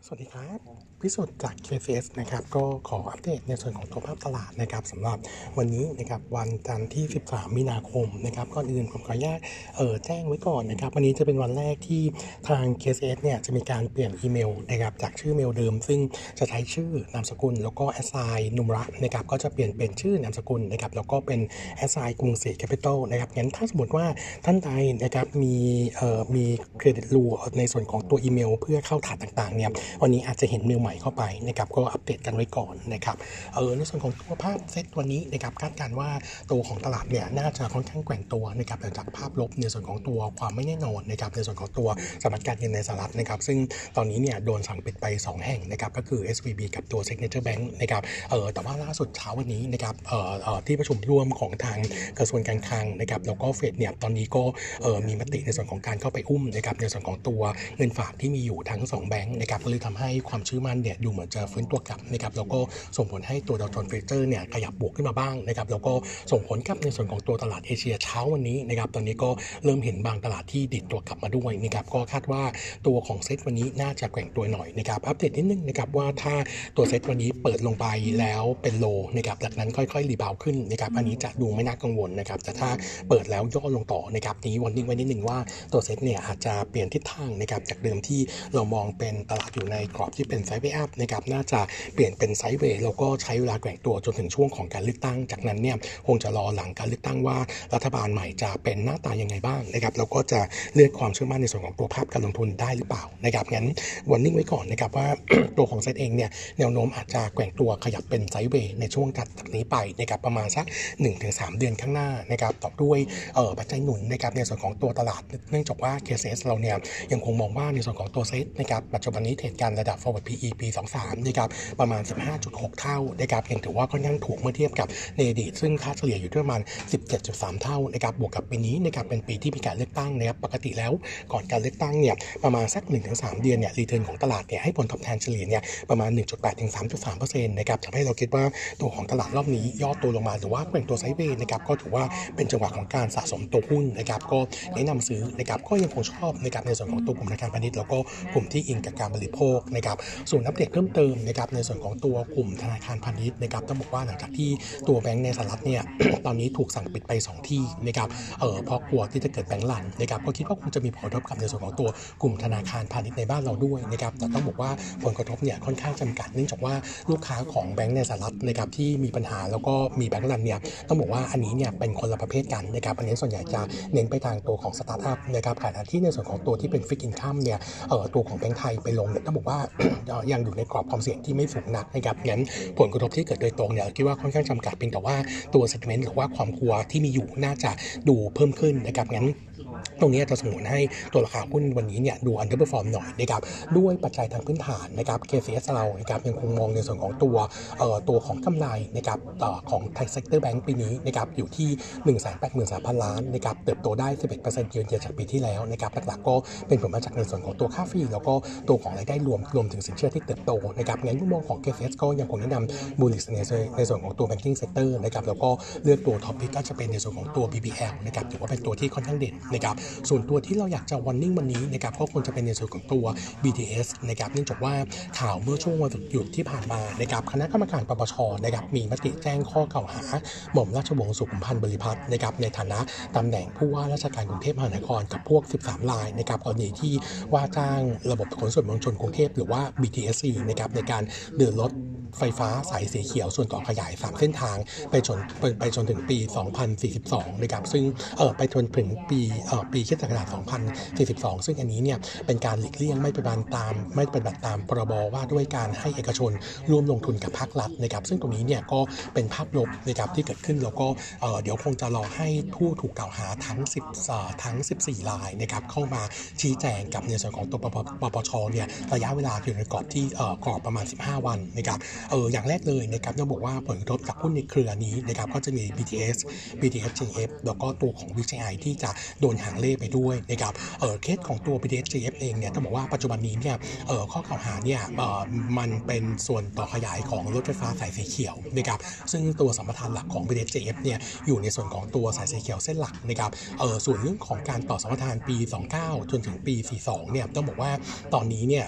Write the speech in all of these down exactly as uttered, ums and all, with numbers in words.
สวัสดีครับพิสุทธิ์จาก เค ซี เอส นะครับก็ขออัปเดตในส่วนของตัวภาพตลาดนะครับสำหรับวันนี้นะครับวันจันทร์ที่สิบสามมีนาคมนะครับก่อนอื่นผมขออนุญาตเอ่อแจ้งไว้ก่อนนะครับวันนี้จะเป็นวันแรกที่ทาง เค ซี เอส เนี่ยจะมีการเปลี่ยนอีเมลนะครับจากชื่อเมลเดิมซึ่งจะใช้ชื่อนามสกุลแล้วก็ assign นุมระนะครับก็จะเปลี่ยนเป็นชื่อนามสกุลนะครับแล้วก็เป็น assign กรุงศรี Capital นะครับงั้นถ้าสมมติว่าท่านใดนะครับมีเอ่อมีเครดิตรูในส่วนของตัวอีเมลเพื่อเข้าฐานต่างๆเนี่ยวันนี้อาจจะเห็นเมลใหม่เข้าไปนะครับก็อัปเดตกันไว้ก่อนนะครับเออในส่วนของตัวภาพเซตวันนี้นะครับคาดการณ์ว่าตัวของตลาดเนี่ยน่าจะค่อนข้างแกว่งตัวนะครับหลังจากภาพลบในส่วนของตัวความไม่แน่นอนนะครับในส่วนของตัวสถานการณ์เงินในสหรัฐนะครับซึ่งตอนนี้เนี่ยโดนสั่งปิดไปสองแห่งนะครับก็คือ เอส วี บี กับตัว Signature Bank นะครับเออแต่ว่าล่าสุดเช้าวันนี้นะครับเอ่อเอ่อที่ประชุมร่วมของทางกระทรวงการคลังนะครับแล้วก็เฟดเนี่ยตอนนี้ก็เออมีมติในส่วนของการเข้าไปอุ้มนะครับในส่วนของตัวเงินฝากที่มีอยู่ทั้งสองแบงก์นะครับก็เลยทำให้ความเชื่อมั่นเนี่ยดูเหมือนจะฟื้นตัวกลับนะครับแล้วก็ส่งผลให้ตัวดาวโจนส์ฟิวเจอร์เนี่ยขยับบวกขึ้นมาบ้างนะครับแล้วก็ส่งผลกับในส่วนของตัวตลาดเอเชียเช้าวันนี้นะครับตอนนี้ก็เริ่มเห็นบางตลาดที่ดิดตัวกลับมาด้วยนะครับก็คาดว่าตัวของเซตวันนี้น่าจะแกว่งตัวหน่อยนะครับอัปเดตนิดนึงนะครับว่าถ้าตัวเซตวันนี้เปิดลงไปแล้วเป็นโลนะครับจากนั้นค่อยๆรีบาวขึ้นนะครับอันนี้จะดูไม่น่ากังวลนะครับแต่ถ้าเปิดแล้วย่อลงต่อนะครับนี้วันนิ่งไว้นิดนึงว่าตัวเซตเนี่ยอาจจะเปลี่ยนทิศทางนะครับจากเดิมที่เรามองเป็นตลาดอยู่ในกรอบที่เป็นไซด์เวย์อัพนะครับน่าจะเปลี่ยนเป็นไซด์เวย์แล้วก็ใช้เวลาแกว่งตัวจนถึงช่วงของการเลือกตั้งจากนั้นเนี่ยคงจะรอหลังการเลือกตั้งว่ารัฐบาลใหม่จะเป็นหน้าตายังไงบ้างนะครับแล้วก็จะเลือกความเชื่อมั่นในส่วนของตัวภาพการลงทุนได้หรือเปล่านะครับงั้นวันนิ่งไว้ก่อนนะครับว่า ตัวของเซตเองเนี่ยแนวโน้มอาจจะแกว่งตัวขยับเป็นไซด์เวย์ในช่วงจากนี้ไปนะครับประมาณสัก หนึ่งถึงสาม เดือนข้างหน้านะครับต่อด้วยเอ่อปัจจัยหนุนนะครับในส่วนของตัวตลาดเนื่องจากว่า เค ซี เอส เราเนี่ยยังคงมองว่าในส่วนของตัวเซตนะครับปัจจุบันนี้เทรดกันระดับ forward พี อี ปี สองสิบสาม นะครับประมาณ สิบห้าจุดหก เท่านะครับยังถือว่าค่อนข้างถูกเมื่อเทียบกับในอดีตซึ่งค่าเฉลี่ยอยู่ที่ประมาณ สิบเจ็ดจุดสาม เท่านะครับบวกกับปีนี้นะครับเป็นปีที่มีการเลือกตั้งนะครับปกติแล้วก่อนการเลือกตั้งเนี่ยประมาณสัก หนึ่งถึงสาม เดือนเนี่ยรีเทิร์นของตลาดเนี่ยให้ผลตอบแทนเฉลี่ยเนี่ยประมาณ หนึ่งจุดแปดถึงสามจุดสามเปอร์เซ็นต์ นะครับทำให้เราคิดว่าตัวของตลาดรอบนี้ย่อตัวลงมาหรือว่าแกว่งตัวไซด์เวย์นะครับก็ถือว่าเป็นจังหวะของการสะสมตัวหุ้นนะครับก็แนะนำซื้อนะครับก็ยังคงชอบนะครับในส่วนของตัวกลุ่มธนาคารพาณิชย์แล้วก็กลุ่มที่อิงกับการบริโภคนะครับส่วนอัปเดตเพิ่มเติมนะครับในส่วนของตัวกลุ่มธนาคารพาณิชย์นะครับต้องบอกว่าหลังจากที่ตัวแบงก์ในสหรัฐเนี่ย ตอนนี้ถูกสั่งปิดไปสองที่นะครับเออเพราะกลัวที่จะเกิดแบงก์ลันนะครับก็คิดว่าคงจะมีผลกระทบกับในส่วนของตัวกลุ่มธนาคารพาณิชย์ในบ้านเราด้วยนะครับแต่ต้องบอกว่าผลกระทบเนี่ยค่อนข้างจำกัดเนื่องจากว่าลูกค้าของแบงก์ในสหรัฐนะครับที่มีปัญหาแล้วก็มีแบงก์ลันเนี่ยต้องบอกว่าอันนี้เนี่ยเป็นคนละประเภทกันนะครับอันนี้ส่วนใหญ่จะเน้นไปทางตัวของสตาร์ทอัพนะครับขณะที่ในส่วนของตัวที่เป็นฟิกอินคัมเนี่ยเออตัวของแบงก์ไทยไปลงเนี่ยต้องบอกว่า ยังอยู่ในกรอบความเสี่ยงที่ไม่สูงนักนะครับงั้นผลกระทบที่เกิดโดยตรงเนี่ยคิดว่าค่อนข้างจำกัดเพียงแต่ว่าตัวเซกเมนต์หรือว่าความกลัวที่มีอยู่น่าจะดูเพิ่มขึ้นนะครับงั้นตรงนี้จะส่งผลให้ตัวราคาหุ้นวันนี้เนี่ยดูอันเดอร์เพอร์ฟอร์มหน่อยนะครับด้วยปัจจัยทางพื้นฐานนะครับ เค ซี เอส เรานะครับยังคงมองในส่วนของตัวเอ่อตัวของกำไรนะครับต่อของไทยเซกเตอร์แบงก์ปีนี้นะครับอยู่ที่ หนึ่งแสนแปดหมื่นสามพัน ล้านนะครับเติบโตได้ สิบเอ็ดเปอร์เซ็นต์ เยือนเยียจากปีที่แล้วนะครับหลักๆก็เป็นผลมาจากในส่วนของตัวค่าฟรีแล้วก็ตัวของรายได้รวมรวมถึงสินเชื่อที่เติบโตนะครับงั้นมุมมองของ เค ซี เอส ก็ยังคงแนะนำ bullish ในในส่วนของตัว banking sector นะครับแล้วก็เลือกตัวท็อปพิกก็จะเป็นในส่วนของตัว บี บี แอล นะครับถือว่าเป็นตัวที่ค่อนข้างเด่นนะครับส่วนตัวที่เราอยากจะวอร์นิ่งวันนี้นะครับก็ควรจะเป็นในส่วนของตัว บี ที เอส นะครับเนื่องจากว่าข่าวเมื่อช่วงวันหยุดที่ผ่านมานะครับคณะกรรมการปปชนะครับมีมติแจ้งข้อกล่าวหาหม่อมราชวงศ์สุขุมพันธ์บริพัตรนะครับในฐานะตำแหน่งผู้ว่าราชการกรุงเทพมหานครกับพวกสิบสามรายนะครับกรณีที่ว่าจ้างระบบขนส่งมวลชนกรุงเทพหรือว่า บี ที เอส ซี นะครับในการเดินรถไฟฟ้าสายสีเขียวส่วนต่อขยายสามเส้นทางไปจนไปจนถึงปีสองพันสี่สิบสองนะครับซึ่งเอ่อไปจนถึงปีเอ่อปีคริสตศักราชสองพันสี่สิบสองซึ่งอันนี้เนี่ยเป็นการหลีกเลี่ยงไม่ปฏิบัติตามไม่ปฏิบัติตามพรบว่าด้วยการให้เอกชนร่วมลงทุนกับภาครัฐนะครับซึ่งตรงนี้เนี่ยก็เป็นภาพลบนะครับที่เกิดขึ้นแล้วก็เอ่อเดี๋ยวคงจะรอให้ผู้ถูกกล่าวหาทั้งสิบเอ่อทั้งสิบสี่รายนะครับเข้ามาชี้แจงกับในส่วนของตัวปปปชเนี่ยระยะเวลาอยู่ในกรอบที่เอ่อกรอบประมาณสิบห้าวันนะครับเอออย่างแรกเลยนะครับต้องบอกว่าผลกระทบจากหุ้นในเครือนี้นะครับก็จะมี บี ที เอส บี ที เอส จี เอฟ แล้วก็ตัวของ วี จี ไอ ที่จะโดนหางเล่ไปด้วยนะครับเออเคสของตัว บี ที เอส จี เอฟ เองเนี่ยต้องบอกว่าปัจจุบันนี้เนี่ยเออข้อกล่าวหาเนี่ยเออมันเป็นส่วนต่อขยายของรถไฟฟ้าสายสีเขียวนะครับซึ่งตัวสัมปทานหลักของ บี ที เอส จี เอฟ เนี่ยอยู่ในส่วนของตัวสายสีเขียวเส้นหลักนะครับเออส่วนเรื่องของการต่อสัมปทานปีสองสิบเก้าจนถึงปีสี่สิบสองเนี่ยต้องบอกว่าตอนนี้เนี่ย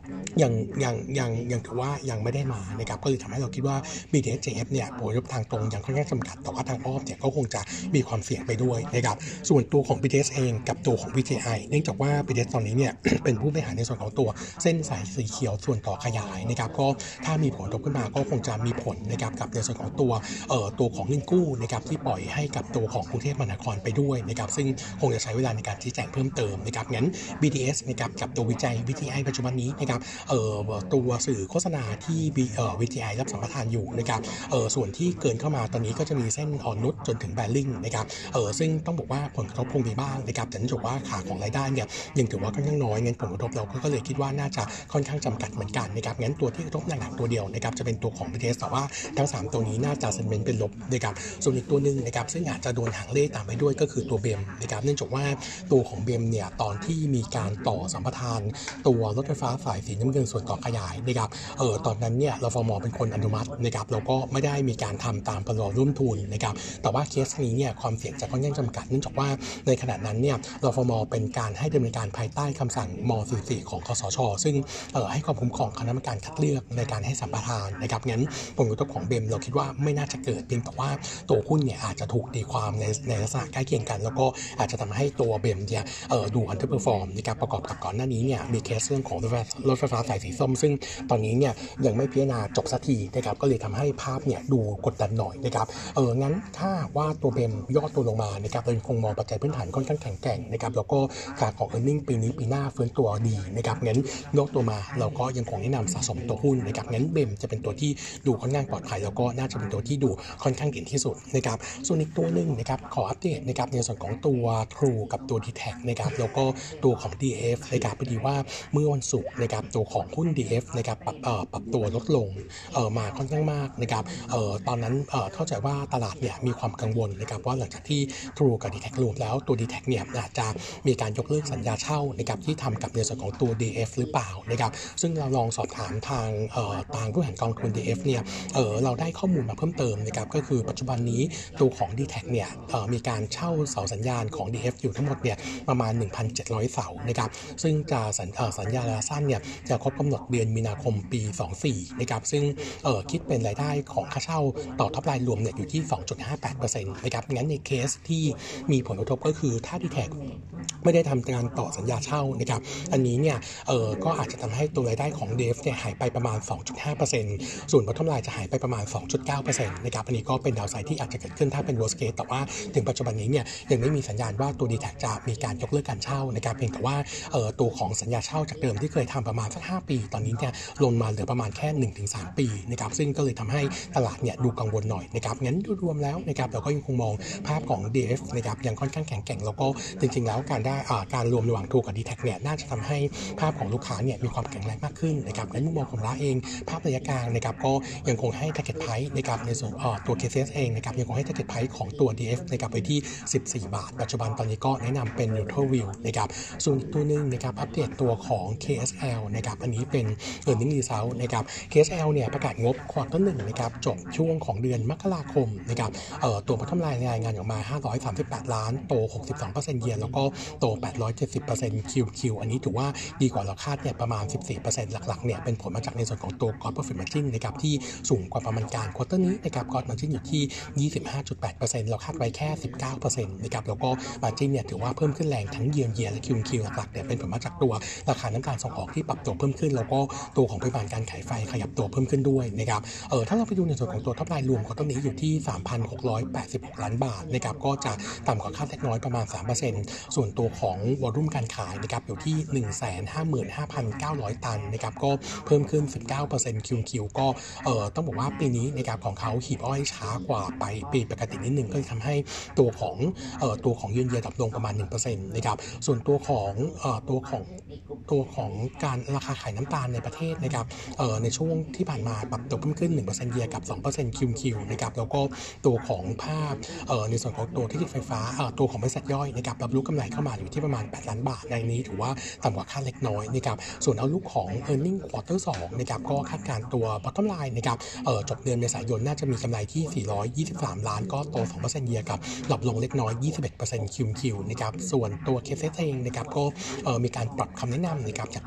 ยังยังยังยังถือว่ายังไม่ได้มานะครับก็เลยทำให้เราคิดว่า บี ที เอส เจ เอฟ เนี่ยผลกระทบทางตรงยังค่อนข้างจำกัดแต่ว่าทางอ้อมเนี่ยก็คงจะมีความเสี่ยงไปด้วยนะครับส่วนตัวของ บี ที เอส เองกับตัวของ วี ที ไอ เนื่องจากว่า บี ที เอส ตอนนี้เนี่ย เป็นผู้บริหารในส่วนของตัวเส้นสายสีเขียวส่วนต่อขยายนะครับก็ถ้ามีผลกระทบขึ้นมาก็คงจะมีผลนะครับกับในส่วนของตัวเอ่อตัวของเงินกู้นะครับที่ปล่อยให้กับตัวของกรุงเทพมหานครไปด้วยนะครับซึ่งคงจะใช้เวลาในการชี้แจงเพิ่มเติมนะครับงั้น บี ที เอส นะครับกับตัววิจัย วี ที ไอ ปัจจุบันนี้นะครับเอ่อตัวสื่อโฆษณาที่ เอ่อ วี ที ไอ รับสัมปทานอยู่นะครับเอ่อส่วนที่เกินเข้ามาตอนนี้ก็จะมีเส้นอ่อนนุชจนถึงแบริ่งนะครับเอ่อซึ่งต้องบอกว่าผลกระทบคงมีบ้างนะครับแต่เนื่องจากว่าขาของรายได้เนี่ยยังถือว่าค่อนข้างน้อยงั้นผลกระทบเราก็เลยคิดว่าน่าจะค่อนข้างจำกัดเหมือนกันนะครับงั้นตัวที่กระทบหนักๆตัวเดียวนะครับจะเป็นตัวของ บี ที เอส แต่ว่าทั้งสามตัวนี้น่าจะเซนเมนต์เป็นลบนะครับส่วนอีกตัวนึงนะครับซึ่งอาจจะโดนหางเลขตามไปด้วยก็คือตัวเบมนะครับเนื่องจากว่าตัวของเบมเนี่ยตอนที่มีการต่อสัมปทานตัวรถไฟฟ้าสายสีน้ำเงินส่วนต่อขยายนะครับเออตอนนั้นเนี่ยรฟม.เป็นคนอนุมัตินะครับแล้วก็ไม่ได้มีการทำตามพรบร่วมทุนนะครับแต่ว่าเคสนี้เนี่ยความเสี่ยงจะค่อนข้างจำกัดเนื่องจากว่าในขณะนั้นเนี่ยรฟม.เป็นการให้ดำเนินการภายใต้คำสั่งม สี่สิบสี่ ของคสช.ซึ่งเอ่อให้ความคุ้มครองคณะกรรมการคัดเลือกในการให้สัมปทานนะครับงั้นผลกระทบของเบมเราคิดว่าไม่น่าจะเกิดเพียงแต่ว่าตัวหุ้นเนี่ยอาจจะถูกตีความในในลักษณะใกล้เคียงกันแล้วก็อาจจะทำให้ตัวเบมเนี่ยเอ่อดูอันเดอร์เพอร์ฟอร์มนะครับประกอบกับก่อนหน้านี้เนี่ยมีเคสเรื่องของรถไฟรถไฟฟ้าสายสีส้มซึ่งตอนนี้เนี่ยยังไม่พิจารณาจบสักทีนะครับก็เลยทำให้ภาพเนี่ยดูกดดันหน่อยนะครับเอองั้นถ้าว่าตัวเบมย่อตัวลงมานะครับเราคงมองปัจจัยพื้นฐานค่อนข้างแข็งแกร่งนะครับแล้วก็ขาของ earning ปีนี้ปีหน้าฟื้นตัวดีนะครับงั้นยกตัวมาเราก็ยังคงแนะนำสะสมตัวหุ้นนะครับงั้นเบมจะเป็นตัวที่ดูค่อนข้างปลอดภัยแล้วก็น่าจะเป็นตัวที่ดูค่อนข้างเด่นที่สุดนะครับส่วนอีกตัวหนึ่งนะครับขออัปเดตนะครับในส่วนของตัว True กับตัว ดี แท็ก นะครับแล้วก็ตัวของ ดี เอฟ นะครับพอดีว่าเมื่อวันศุกร์นะครับตัวของหุ้น ดี เอฟ นะครับปรับเอ่อปรับตัวลดลงเอ่อมาค่อนข้างมากนะครับเอ่อตอนนั้นเอ่อเข้าใจว่าตลาดเนี่ยมีความกังวลนะครับว่าหลังจากที่ True กับ ดี แท็ก รวมแล้วตัว ดี แท็ก เนี่ยอาจจะมีการยกเลิกสัญญาเช่านะครับที่ทำกับในส่วนของตัว ดี เอฟ หรือเปล่านะครับซึ่งเราลองสอบถามทางเอ่อทางผู้บริหารกองทุน ดี เอฟ เนี่ยเอ่อเราได้ข้อมูลมาเพิ่มเติมนะครับก็คือปัจจุบันนี้ตัวของ ดี แท็ก เนี่ยเอ่อมีการเช่าเสาสัญญาณของ ดี เอฟ อยู่ทั้งหมดเนี่ยประมาณ หนึ่งพันเจ็ดร้อย เสานะครับซึ่งจะสัญเอ่อสัญญาระยะสั้นเนี่ยจะครบกำหนดเดือนมีนาคมปีสองสี่นะครับซึ่งเอ่อคิดเป็นรายได้ของค่าเช่าต่อท็อปไลน์รวมเนี่ยอยู่ที่ สองจุดห้าแปดเปอร์เซ็นต์ นะครับงั้นในเคสที่มีผลกระทบก็คือถ้า ดี แท็ก ไม่ได้ทำการต่อสัญญาเช่านะครับอันนี้เนี่ยเอ่อก็อาจจะทำให้ตัวรายได้ของ ดี เอฟ เนี่ยหายไปประมาณ สองจุดห้าเปอร์เซ็นต์ ส่วน bottom line จะหายไปประมาณ สองจุดเก้าเปอร์เซ็นต์ นะครับอันนี้ก็เป็นดาวไซด์ที่อาจจะเกิดขึ้นถ้าเป็น worst case แต่ว่าถึงปัจจุบันนี้เนี่ยยังไม่มีสัญญาณว่าตัว ดี แท็ก จะมีการยกเลิกการเช่านะครับเพียงแต่ว่าเอ่อตัวของสัญญาเช่าจากเดิมที่เคยทำประมาณสักห้าปีตอนนี้เนี่ยลงมาเหลือประมาณแค่ หนึ่งถึงสาม ปีนะครับซึ่งก็เลยทำให้ตลาดเนี่ยดูกังวลหน่อยนะครับงั้นรวมๆแล้วนะครับเราก็ยังคงมองภาพของ ดี เอฟ นะครับยังค่อนข้างแข็งแกร่งแล้วก็จริงๆแล้วการได้อ่าการรวมระหว่าง True กับ ดี แท็ก เนี่ยน่าจะทำให้ภาพของลูกค้าเนี่ยมีความแข็งแรงมากขึ้นนะครับในมุมมองของร้านเองภาพระยะกลางนะครับก็ยังคงให้ target price นะครับในส่วนอ่าตัว เค ซี เอส เองนะครับยังคงให้ target price ของตัว ดี เอฟ นะครับไปที่สิบสี่บาทปัจจุบันตอนนี้ก็แนะนำเป็น neutral view นะครับส่วนอีกตัวนึงนะครับอัปเดตตัวของ เค เอส แอล นะครับอันนี้เป็น earning result นะครับ เค เอส แอล เนี่ยประกาศงบควอเตอร์หนึ่งนะครับจบช่วงของเดือนมกราคมนะครับเอ่อตัว bottom line รายงานออกมาห้าร้อยสามสิบแปดล้านโต หกสิบสองเปอร์เซ็นต์ year แล้วก็โต แปดร้อยเจ็ดสิบเปอร์เซ็นต์ คิว คิว อันนี้ถือว่าดีกว่าเราคาดเนี่ยประมาณ สิบสี่เปอร์เซ็นต์ หลักๆเนี่ยเป็นผลมาจากในส่วนของตัว gross profit margin นะครับที่สูงกว่าประมาณการควอเตอร์นี้นะครับ gross margin อยู่ที่ ยี่สิบห้าจุดแปดเปอร์เซ็นต์ เราคาดไว้แค่ สิบเก้าเปอร์เซ็นต์ นะครับแล้วก็ margin เนี่ยถือว่าเพิ่มขึ้นแรงทั้ง year year และ คิว คิว หลักๆเนี่ยเป็นผลมาจากตัวราคาน้ำตาลส่งออกที่ปรับตัวเพิ่มขึ้นแล้วก็ตัวของปริมาณการขายไฟขยับตัวเพิ่มขึ้นด้วยนะครับเออถ้าเราไปดูในส่วนของตัวท็อปไลน์รวมควอเตอร์นี้อยู่ที่ สามพันหกร้อยแปดสิบหกล้านบาทนะครับก็จะต่ำกว่าคาดเล็กน้อยประมาณ สามเปอร์เซ็นต์ ส่วนตัวของวอลุ่มการขายนะครับอยู่ที่ หนึ่งแสนห้าหมื่นห้าพันเก้าร้อย ตันนะครับก็เพิ่มขึ้น สิบเก้าเปอร์เซ็นต์ คิว คิว ก็เอ่อต้องบอกว่าปีนี้นะครับของเขาหีบอ้อยช้ากว่าไปปีปกตินิดนึงก็เลยทำให้ตัวของเอ่อตัวของยืนเยียดับลงประมาณ หนึ่งเปอร์เซ็นต์ นะครับส่วนตัวของเอ่อตัวของตัวของการราคาขายน้ำตาลในประเทศนะครับเอ่อในช่วงที่ผ่านมาปรับตัวเพิ่มขึ้น หนึ่งเปอร์เซ็นต์ เยียกับ สองเปอร์เซ็นต์ คิว คิว นะครับแล้วก็ตัวของภาพเอ่อในส่วนของตัวเทคนิคไฟฟ้าเอ่อตัวของบริษัทย่อยนะครับรับรู้กำไรเข้ามาอยู่ที่ประมาณแปดล้านบาทในนี้ถือว่าต่ำกว่าคาดเล็กน้อยนะครับส่วนเอาลุกของ earning quarter สองนะครับก็คาดการณ์ตัว bottom line นะครับเอ่อจบเดือนเมษายนน่าจะมีกำไรที่สี่ร้อยยี่สิบสามล้านก็โต สองเปอร์เซ็นต์ เยียกับหลับลงเล็กน้อย ยี่สิบเอ็ดเปอร์เซ็นต์ คิว คิว นะครับส่วนตัว เค เอส เอส เองนะครับก็เอ่อมีการปรับคำแนะนำนะครับจากเดิม neutral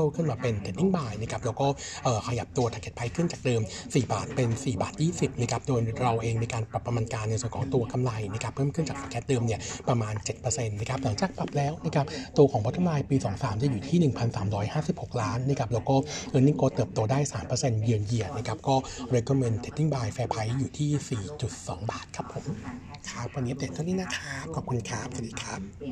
fundamental ขึ้นมาเป็น trading buy นะครับแล้วก็เอ่อขยับตัว target price ขึ้นจากเดิมสี่บาทเป็นสี่บาทยี่สิบนะครับโดยเราเองในการปรับประมาณการในส่วนของตัวกำไรนะครับเพิ่มขึ้นจาก forecast เดิมเนี่ยประมาณ เจ็ดเปอร์เซ็นต์ นะครับหลังจากปรับแล้วนะครับตัวของ bottom line ปี สองพันยี่สิบสาม จะอยู่ที่ หนึ่งพันสามร้อยห้าสิบหก ล้านนะครับแล้วก็ earning growth เติบโตได้ สามเปอร์เซ็นต์ year on year นะครับก็ recommend trading buy fair price อยู่ที่ สี่จุดสอง บาทครับผมครับวันนี้อัปเดตเท่านี้นะครับขอบคุณครับสวัสดีครับ